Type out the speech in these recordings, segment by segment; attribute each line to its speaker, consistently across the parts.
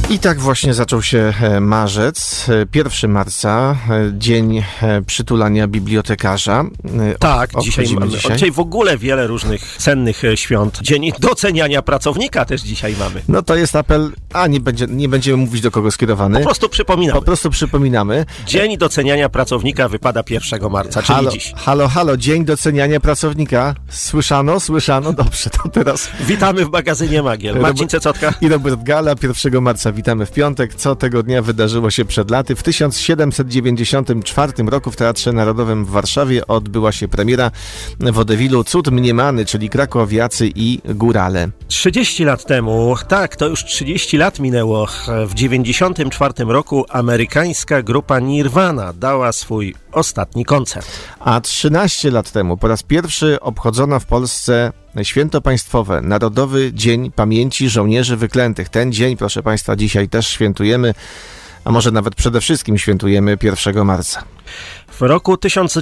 Speaker 1: I tak właśnie zaczął się marzec, 1 marca, dzień przytulania bibliotekarza.
Speaker 2: Tak, dzisiaj w ogóle wiele różnych cennych świąt. Dzień doceniania pracownika też dzisiaj mamy.
Speaker 1: No to jest apel, nie będziemy mówić do kogo skierowany.
Speaker 3: Po prostu przypominamy.
Speaker 1: Dzień
Speaker 3: doceniania pracownika wypada 1 marca, czyli dziś.
Speaker 1: Halo, dzień doceniania pracownika. Słyszano? Dobrze, to teraz...
Speaker 3: Witamy w magazynie Magiel. Marcin Cecotka
Speaker 1: i Robert Gala, 1 marca. Witamy w piątek. Co tego dnia wydarzyło się przed laty? W 1794 roku w Teatrze Narodowym w Warszawie odbyła się premiera wodewilu Cud mniemany, czyli krakowiacy i górale.
Speaker 3: 30 lat temu, tak, to już 30 lat minęło, w 94 roku amerykańska grupa Nirvana dała swój ostatni koncert.
Speaker 1: A 13 lat temu po raz pierwszy obchodzono w Polsce święto państwowe, Narodowy Dzień Pamięci Żołnierzy Wyklętych. Ten dzień, proszę Państwa, dzisiaj też świętujemy, a może nawet przede wszystkim świętujemy 1 marca.
Speaker 3: W roku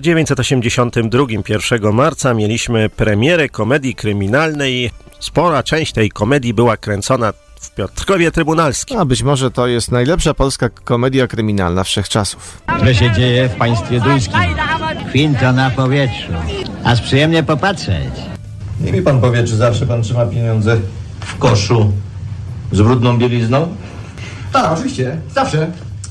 Speaker 3: 1982, 1 marca, mieliśmy premierę komedii kryminalnej. Spora część tej komedii była kręcona w Piotrkowie Trybunalskim.
Speaker 1: A być może to jest najlepsza polska komedia kryminalna wszechczasów.
Speaker 4: Co się dzieje w państwie duńskim? Kwinto na powietrzu. Aż przyjemnie popatrzeć.
Speaker 5: Niech mi pan powie, czy zawsze pan trzyma pieniądze w koszu z brudną bielizną?
Speaker 6: Tak, oczywiście. Zawsze.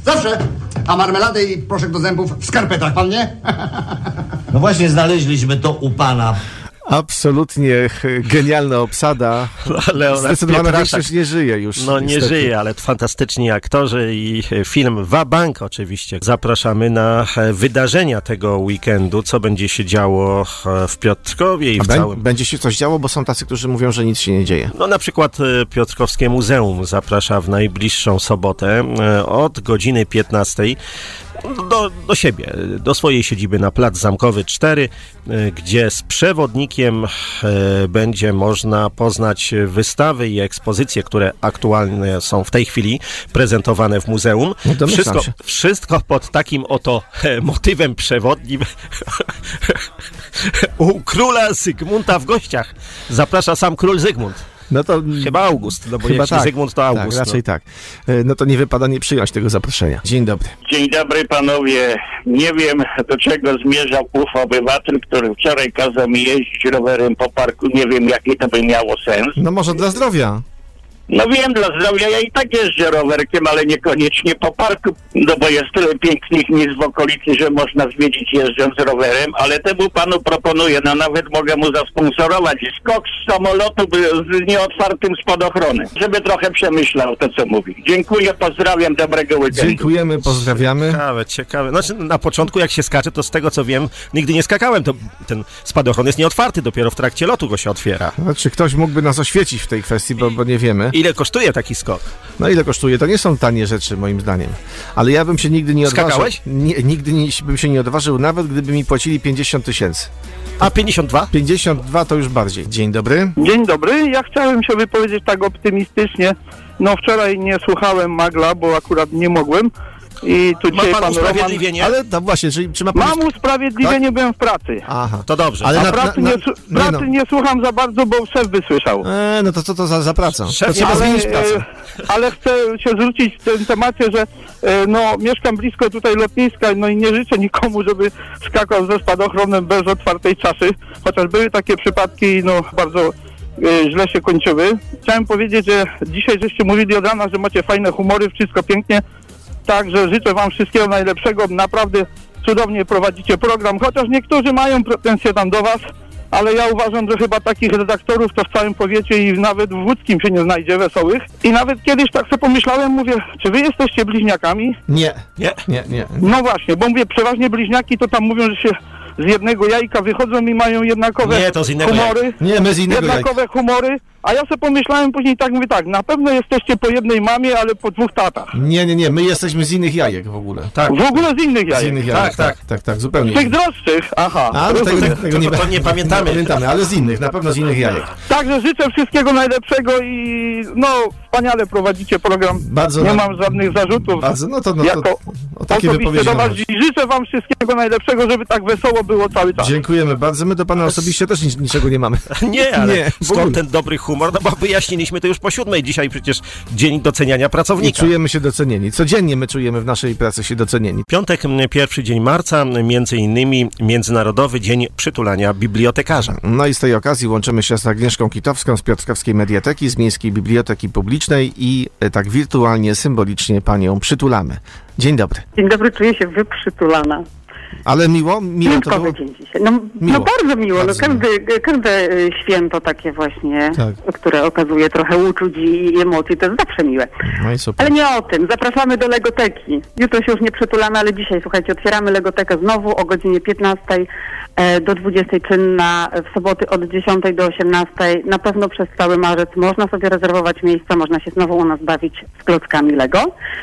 Speaker 6: A marmeladę i proszek do zębów w skarpetach, pan nie?
Speaker 5: No właśnie znaleźliśmy to u pana.
Speaker 1: Absolutnie genialna obsada. Zdecydowana większość nie żyje już.
Speaker 3: No niestety. Nie żyje, ale fantastyczni aktorzy i film Wabank oczywiście. Zapraszamy na wydarzenia tego weekendu, co będzie się działo w Piotrkowie i w całym...
Speaker 1: Będzie się coś działo, bo są tacy, którzy mówią, że nic się nie dzieje.
Speaker 3: No na przykład Piotrkowskie Muzeum zaprasza w najbliższą sobotę od godziny 15 do siebie, do swojej siedziby na Plac Zamkowy 4, gdzie z przewodnikiem będzie można poznać wystawy i ekspozycje, które aktualnie są w tej chwili prezentowane w muzeum.
Speaker 1: No
Speaker 3: wszystko pod takim oto motywem przewodnim. U króla Zygmunta w gościach zaprasza sam król Zygmunt.
Speaker 1: No to
Speaker 3: chyba August, no bo jeśli tak, Zygmunt to August.
Speaker 1: Tak, raczej tak. No to nie wypada nie przyjąć tego zaproszenia. Dzień dobry.
Speaker 7: Dzień dobry panowie. Nie wiem, do czego zmierzał ów obywatel, który wczoraj kazał mi jeździć rowerem po parku. Nie wiem, jaki to by miało sens.
Speaker 1: No może dla zdrowia.
Speaker 7: No wiem, dla zdrowia. Ja i tak jeżdżę rowerkiem, ale niekoniecznie po parku, no bo jest tyle pięknych miejsc w okolicy, że można zwiedzić jeżdżąc rowerem, ale temu panu proponuję, no nawet mogę mu zasponsorować skok z samolotu z nieotwartym spadochronem, żeby trochę przemyślał to, co mówi. Dziękuję, pozdrawiam, dobrego weekendu.
Speaker 1: Dziękujemy, pozdrawiamy.
Speaker 3: Ciekawe. Znaczy, na początku jak się skacze, to z tego co wiem, nigdy nie skakałem, to ten spadochron jest nieotwarty, dopiero w trakcie lotu go się otwiera.
Speaker 1: Znaczy, ktoś mógłby nas oświecić w tej kwestii, bo nie wiemy.
Speaker 3: Ile kosztuje taki skok?
Speaker 1: No ile kosztuje? To nie są tanie rzeczy moim zdaniem. Ale ja bym się nigdy nie odważył.
Speaker 3: Skakałeś?
Speaker 1: Nigdy bym się nie odważył, nawet gdyby mi płacili 50 000.
Speaker 3: A 52?
Speaker 1: 52 to już bardziej. Dzień dobry.
Speaker 8: Dzień dobry. Ja chciałem się wypowiedzieć tak optymistycznie. No wczoraj nie słuchałem Magla, bo akurat nie mogłem. I tu
Speaker 3: ma pan usprawiedliwienie?
Speaker 1: Ale to właśnie, czy ma pan...
Speaker 8: Mam usprawiedliwienie, tak? Byłem w pracy.
Speaker 1: Aha.
Speaker 3: To dobrze.
Speaker 8: Ale pracy nie słucham za bardzo, bo szef by słyszał.
Speaker 1: No to co to za pracę?
Speaker 3: Szef
Speaker 1: trzeba zmienić pracę.
Speaker 8: Ale chcę się zwrócić w tym temacie, że mieszkam blisko tutaj lotniska, no i nie życzę nikomu, żeby skakał ze spadochronem bez otwartej czaszy, chociaż były takie przypadki, bardzo źle się kończyły. Chciałem powiedzieć, że dzisiaj żeście mówili od rana, że macie fajne humory, wszystko pięknie. Także życzę wam wszystkiego najlepszego. Naprawdę cudownie prowadzicie program, chociaż niektórzy mają pretensje tam do was, ale ja uważam, że chyba takich redaktorów to w całym powiecie i nawet w łódzkim się nie znajdzie wesołych. I nawet kiedyś tak sobie pomyślałem, mówię, czy wy jesteście bliźniakami?
Speaker 1: Nie.
Speaker 8: No właśnie, bo mówię, przeważnie bliźniaki to tam mówią, że się z jednego jajka wychodzą i mają jednakowe humory.
Speaker 1: Nie, my z innego
Speaker 8: jednakowe humory. A ja sobie pomyślałem później tak, mówię tak, na pewno jesteście po jednej mamie, ale po 2 tatach.
Speaker 1: Nie, my jesteśmy z innych jajek w ogóle.
Speaker 8: Tak. W ogóle z innych jajek.
Speaker 1: Z innych jajek, tak, zupełnie.
Speaker 8: Z tych droższych, aha.
Speaker 1: Tego nie pamiętamy, ale z innych, na pewno z innych jajek.
Speaker 8: Także życzę wszystkiego najlepszego i wspaniale prowadzicie program.
Speaker 1: Bardzo
Speaker 8: nie mam żadnych zarzutów.
Speaker 1: Bardzo,
Speaker 8: o takie wypowiedzi do was i życzę wam wszystkiego najlepszego, żeby tak wesoło było cały czas.
Speaker 1: Dziękujemy bardzo. My do pana osobiście też niczego nie mamy.
Speaker 3: Nie, ale skąd ten dobry humor? humor, no bo wyjaśniliśmy to już po 7. Dzisiaj przecież dzień doceniania pracownika.
Speaker 1: I czujemy się docenieni. Codziennie my czujemy w naszej pracy się docenieni.
Speaker 3: Piątek, 1 dzień marca, między innymi Międzynarodowy Dzień Przytulania Bibliotekarza.
Speaker 1: No i z tej okazji łączymy się z Agnieszką Kitowską z Piotrkowskiej Mediateki, z Miejskiej Biblioteki Publicznej i tak wirtualnie, symbolicznie panią przytulamy. Dzień dobry.
Speaker 9: Dzień dobry, czuję się wyprzytulana.
Speaker 1: Ale miło to było?
Speaker 9: Dzień dzisiaj. No bardzo miło. Bardzo każde święto takie właśnie, które okazuje trochę uczuć i emocji, to jest zawsze miłe.
Speaker 1: No i super.
Speaker 9: Ale nie o tym. Zapraszamy do Legoteki. Jutro się już nie przytulamy, ale dzisiaj, słuchajcie, otwieramy Legotekę znowu o godzinie 15 do 20 czynna, w soboty od 10 do 18. Na pewno przez cały marzec można sobie rezerwować miejsca, można się znowu u nas bawić z klockami Lego.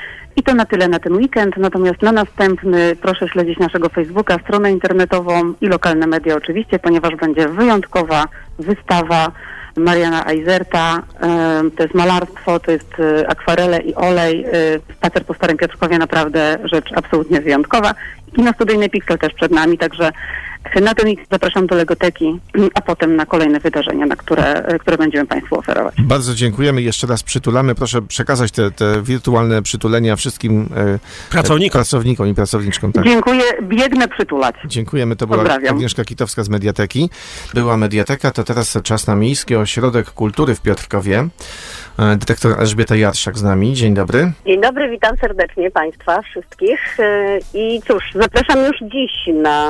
Speaker 9: I to na tyle na ten weekend, natomiast na następny proszę śledzić naszego Facebooka, stronę internetową i lokalne media oczywiście, ponieważ będzie wyjątkowa wystawa Mariana Eizerta. To jest malarstwo, to jest akwarele i olej. Spacer po Starym Piotrkowie, naprawdę rzecz absolutnie wyjątkowa. Kino studyjne Pixel też przed nami, także na ten weekend zapraszam do Legoteki, a potem na kolejne wydarzenia, na które będziemy Państwu oferować.
Speaker 1: Bardzo dziękujemy. Jeszcze raz przytulamy. Proszę przekazać te wirtualne przytulenia wszystkim pracownikom i pracowniczkom. Tak.
Speaker 9: Dziękuję. Biegnę przytulać.
Speaker 1: Dziękujemy. To była
Speaker 9: Pozdrawiam.
Speaker 1: Agnieszka Kitowska z Mediateki. Była Mediateka, to teraz czas na Miejski Ośrodek Kultury w Piotrkowie. Dyrektor Elżbieta Jarszak z nami. Dzień dobry.
Speaker 10: Dzień dobry, witam serdecznie Państwa wszystkich. I cóż, zapraszam już dziś na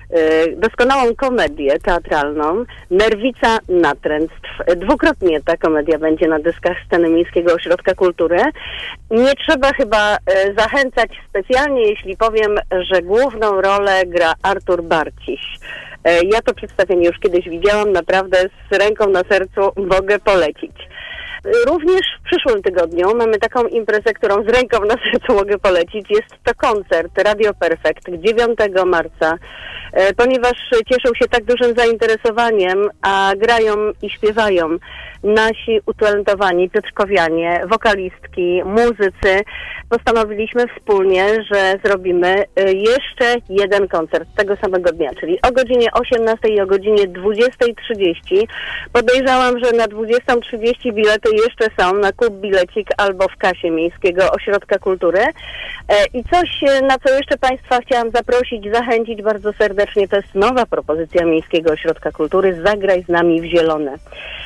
Speaker 10: doskonałą komedię teatralną Nerwica natręctw. Dwukrotnie ta komedia będzie na dyskach sceny Miejskiego Ośrodka Kultury. Nie trzeba chyba zachęcać specjalnie, jeśli powiem, że główną rolę gra Artur Barciś. Ja to przedstawienie już kiedyś widziałam, naprawdę z ręką na sercu mogę polecić. Również w przyszłym tygodniu mamy taką imprezę, którą z ręką na sercu mogę polecić. Jest to koncert Radio Perfect 9 marca, ponieważ cieszą się tak dużym zainteresowaniem, a grają i śpiewają nasi utalentowani piotrkowianie, wokalistki, muzycy. Postanowiliśmy wspólnie, że zrobimy jeszcze jeden koncert tego samego dnia, czyli o godzinie 18 i o godzinie 20:30. Podejrzałam, że na 20:30 bilety jeszcze są na Kup Bilecik albo w kasie Miejskiego Ośrodka Kultury. I coś, na co jeszcze Państwa chciałam zaprosić, zachęcić bardzo serdecznie, to jest nowa propozycja Miejskiego Ośrodka Kultury Zagraj z nami w zielone.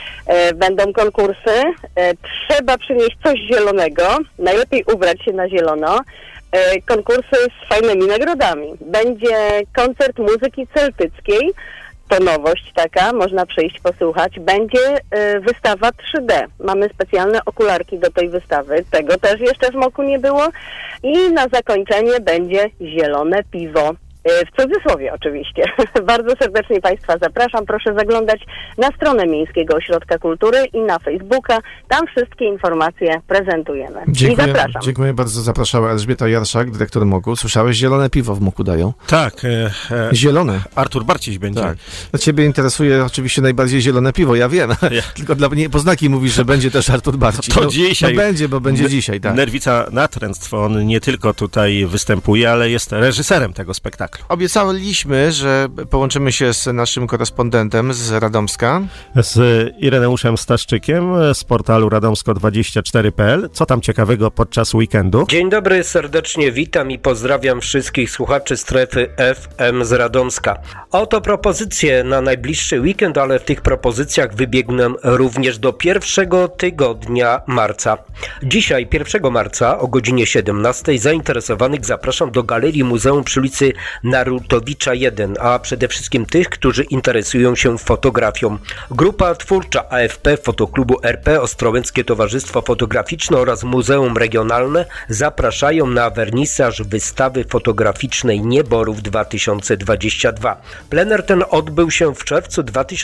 Speaker 10: Będą konkursy, trzeba przynieść coś zielonego, najlepiej ubrać się na zielono, konkursy z fajnymi nagrodami. Będzie koncert muzyki celtyckiej, to nowość taka, można przyjść posłuchać. Będzie wystawa 3D, mamy specjalne okularki do tej wystawy, tego też jeszcze w Moku nie było i na zakończenie będzie zielone piwo. W cudzysłowie oczywiście. Bardzo serdecznie Państwa zapraszam. Proszę zaglądać na stronę Miejskiego Ośrodka Kultury i na Facebooka. Tam wszystkie informacje prezentujemy. I zapraszam.
Speaker 1: Dziękuję bardzo. Zapraszała Elżbieta Jarszak, dyrektor MOK-u. Słyszałeś? Zielone piwo w MOK-u dają.
Speaker 3: Tak.
Speaker 1: Zielone.
Speaker 3: Artur Barciś będzie.
Speaker 1: Tak. No ciebie interesuje oczywiście najbardziej zielone piwo, ja wiem. Tylko dla niepoznaki mówisz, że będzie też Artur Barciś.
Speaker 3: To dzisiaj.
Speaker 1: No będzie, bo będzie dzisiaj. Tak.
Speaker 3: Nerwica natręctw. On nie tylko tutaj występuje, ale jest reżyserem tego spektaklu.
Speaker 1: Obiecaliśmy, że połączymy się z naszym korespondentem z Radomska.
Speaker 3: Z Ireneuszem Staszczykiem z portalu radomsko24.pl. Co tam ciekawego podczas weekendu?
Speaker 11: Dzień dobry, serdecznie witam i pozdrawiam wszystkich słuchaczy strefy FM z Radomska. Oto propozycje na najbliższy weekend, ale w tych propozycjach wybiegnę również do pierwszego tygodnia marca. Dzisiaj, 1 marca o godzinie 17 zainteresowanych zapraszam do Galerii Muzeum przy ulicy Narutowicza 1, a przede wszystkim tych, którzy interesują się fotografią. Grupa twórcza AFP Fotoklubu RP, Ostrołęckie Towarzystwo Fotograficzne oraz Muzeum Regionalne zapraszają na wernisaż wystawy fotograficznej Nieborów 2022. Plener ten odbył się w czerwcu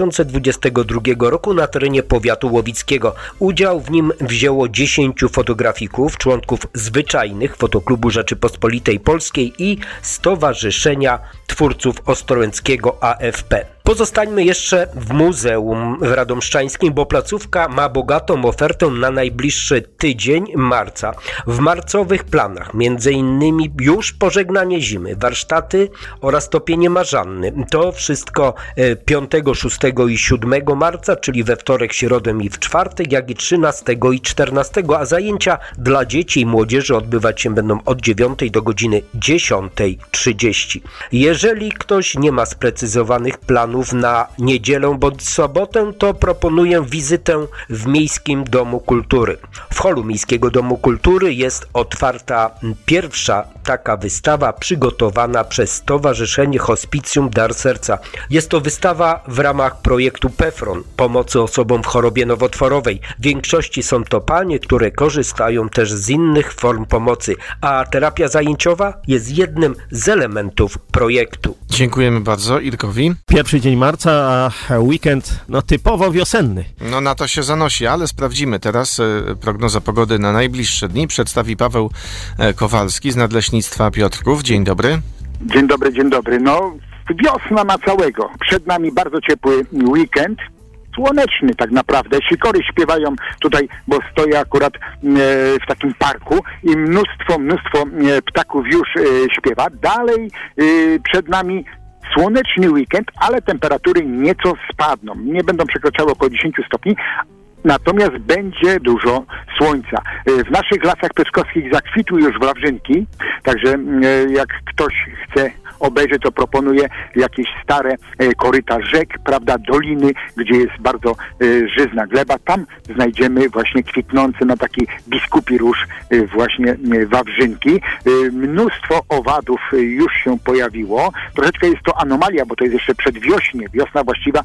Speaker 11: 2022 roku na terenie powiatu łowickiego. Udział w nim wzięło 10 fotografików, członków zwyczajnych Fotoklubu Rzeczypospolitej Polskiej i Stowarzyszenia Twórców Ostrołęckiego AFP. Pozostańmy jeszcze w muzeum radomszczańskim, bo placówka ma bogatą ofertę na najbliższy tydzień marca. W marcowych planach m.in. już pożegnanie zimy, warsztaty oraz topienie marzanny. To wszystko 5, 6 i 7 marca, czyli we wtorek, środę i w czwartek, jak i 13 i 14, a zajęcia dla dzieci i młodzieży odbywać się będą od 9 do godziny 10:30. Jeżeli ktoś nie ma sprecyzowanych planów na niedzielę bądź sobotę, to proponuję wizytę w Miejskim Domu Kultury. W holu Miejskiego Domu Kultury jest otwarta pierwsza taka wystawa przygotowana przez Stowarzyszenie Hospicjum Dar Serca. Jest to wystawa w ramach projektu PEFRON, pomocy osobom w chorobie nowotworowej. W większości są to panie, które korzystają też z innych form pomocy, a terapia zajęciowa jest jednym z elementów projektu.
Speaker 1: Dziękujemy bardzo Irkowi.
Speaker 3: Pierwszy dzień marca, a weekend typowo wiosenny.
Speaker 1: No na to się zanosi, ale sprawdzimy teraz. Prognoza pogody na najbliższe dni przedstawi Paweł Kowalski z Nadleśnictwa Piotrków. Dzień dobry.
Speaker 12: Dzień dobry, dzień dobry. Wiosna na całego. Przed nami bardzo ciepły weekend. Słoneczny tak naprawdę. Sikory śpiewają tutaj, bo stoję akurat w takim parku i mnóstwo ptaków już śpiewa. Dalej przed nami słoneczny weekend, ale temperatury nieco spadną. Nie będą przekraczały około 10 stopni, natomiast będzie dużo słońca. W naszych lasach piotrkowskich zakwitły już wawrzynki, także jak ktoś chce obejrzeć, to proponuję jakieś stare koryta rzek, prawda, doliny, gdzie jest bardzo żyzna gleba. Tam znajdziemy właśnie kwitnące na taki biskupi róż właśnie wawrzynki. Mnóstwo owadów już się pojawiło. Troszeczkę jest to anomalia, bo to jest jeszcze przedwiośnie, wiosna właściwa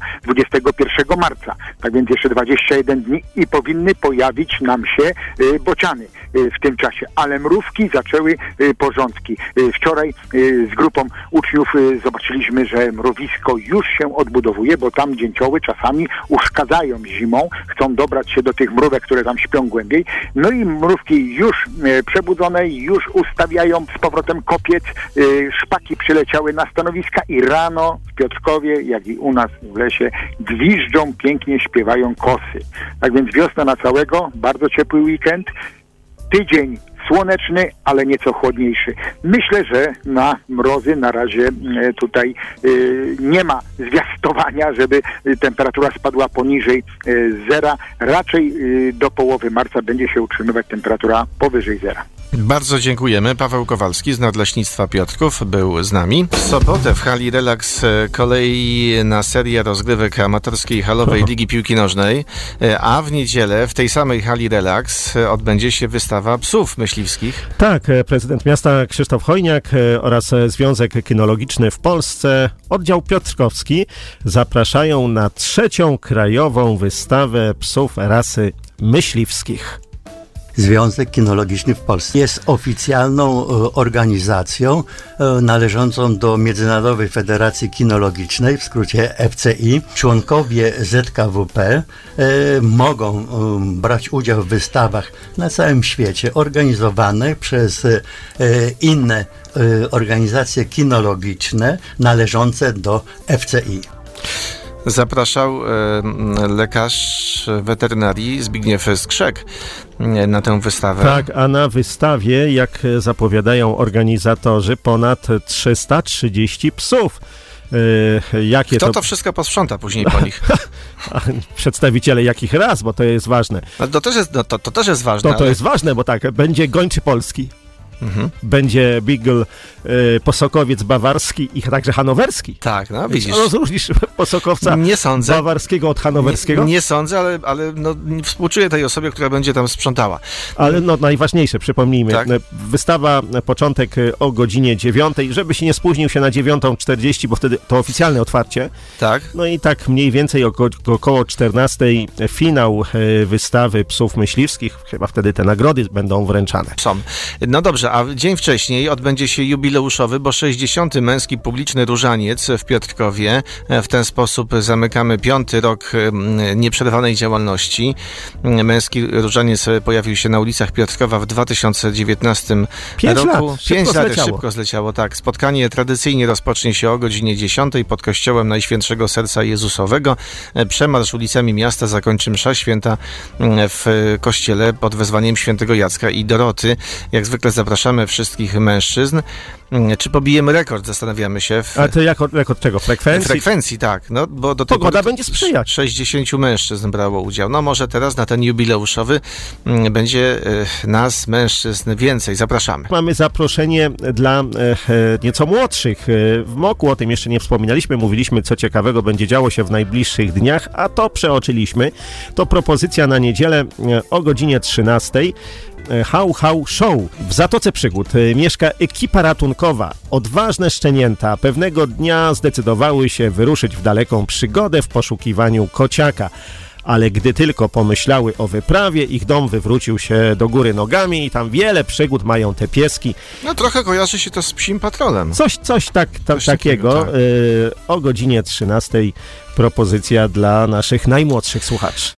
Speaker 12: 21 marca. Tak więc jeszcze 21 dni i powinny pojawić nam się bociany w tym czasie. Ale mrówki zaczęły porządki. Wczoraj z grupą uczniów zobaczyliśmy, że mrowisko już się odbudowuje, bo tam dzięcioły czasami uszkadzają zimą, chcą dobrać się do tych mrówek, które tam śpią głębiej. No i mrówki już przebudzone, już ustawiają z powrotem kopiec, szpaki przyleciały na stanowiska i rano w Piotrkowie, jak i u nas w lesie, gwiżdżą, pięknie śpiewają kosy. Tak więc wiosna na całego, bardzo ciepły weekend, tydzień słoneczny, ale nieco chłodniejszy. Myślę, że na mrozy na razie tutaj nie ma zwiastowania, żeby temperatura spadła poniżej zera. Raczej do połowy marca będzie się utrzymywać temperatura powyżej zera.
Speaker 1: Bardzo dziękujemy. Paweł Kowalski z Nadleśnictwa Piotrków był z nami. W sobotę w hali Relaks kolejna seria rozgrywek amatorskiej halowej Ligi Piłki Nożnej, a w niedzielę w tej samej hali Relaks odbędzie się wystawa psów myśliwskich.
Speaker 3: Tak, prezydent miasta Krzysztof Hojniak oraz Związek Kynologiczny w Polsce, oddział piotrkowski zapraszają na 3. krajową wystawę psów rasy myśliwskich.
Speaker 13: Związek Kynologiczny w Polsce jest oficjalną organizacją należącą do Międzynarodowej Federacji Kynologicznej, w skrócie FCI. Członkowie ZKWP mogą brać udział w wystawach na całym świecie organizowane przez inne organizacje kynologiczne należące do FCI.
Speaker 1: Zapraszał lekarz weterynarii Zbigniew Skrzek na tę wystawę.
Speaker 3: Tak, a na wystawie, jak zapowiadają organizatorzy, ponad 330 psów.
Speaker 1: Kto to wszystko posprząta później po nich?
Speaker 3: Przedstawiciele jakich ras, bo to jest ważne.
Speaker 1: To też jest ważne.
Speaker 3: To jest ważne, bo tak, będzie gończy polski. Będzie Beagle, posokowiec bawarski i także hanowerski.
Speaker 1: Tak, no widzisz.
Speaker 3: Rozróżnisz posokowca bawarskiego od hanowerskiego?
Speaker 1: Nie sądzę, ale współczuję tej osobie, która będzie tam sprzątała.
Speaker 3: Ale najważniejsze, przypomnijmy, tak? Wystawa, początek o godzinie 9, żeby się nie spóźnił się na 9:40, bo wtedy to oficjalne otwarcie.
Speaker 1: Tak.
Speaker 3: No i tak mniej więcej około 14 finał wystawy psów myśliwskich. Chyba wtedy te nagrody będą wręczane.
Speaker 1: Są. No dobrze, A dzień wcześniej odbędzie się jubileuszowy, bo 60. męski publiczny różaniec w Piotrkowie. W ten sposób zamykamy 5. rok nieprzerwanej działalności. Męski różaniec pojawił się na ulicach Piotrkowa w 2019 roku. 5 lat szybko zleciało, tak. Spotkanie tradycyjnie rozpocznie się o godzinie 10 pod kościołem Najświętszego Serca Jezusowego. Przemarsz ulicami miasta zakończy msza święta w kościele pod wezwaniem świętego Jacka i Doroty. Jak zwykle zapraszamy wszystkich mężczyzn. Czy pobijemy rekord? Zastanawiamy się.
Speaker 3: A to rekord czego? Frekwencji?
Speaker 1: Frekwencji, tak. No, bo do tej
Speaker 3: pogoda będzie sprzyjać.
Speaker 1: 60 mężczyzn brało udział. No może teraz na ten jubileuszowy będzie nas, mężczyzn, więcej. Zapraszamy.
Speaker 3: Mamy zaproszenie dla nieco młodszych. W MOK-u o tym jeszcze nie wspominaliśmy. Mówiliśmy, co ciekawego będzie działo się w najbliższych dniach, a to przeoczyliśmy. To propozycja na niedzielę o godzinie 13. How Show. W Zatoce Przygód mieszka ekipa ratunkowa. Odważne szczenięta pewnego dnia zdecydowały się wyruszyć w daleką przygodę w poszukiwaniu kociaka. Ale gdy tylko pomyślały o wyprawie, ich dom wywrócił się do góry nogami i tam wiele przygód mają te pieski.
Speaker 1: No trochę kojarzy się to z Psim Patrolem.
Speaker 3: Coś takiego. Tak. O godzinie 13 propozycja dla naszych najmłodszych słuchaczy.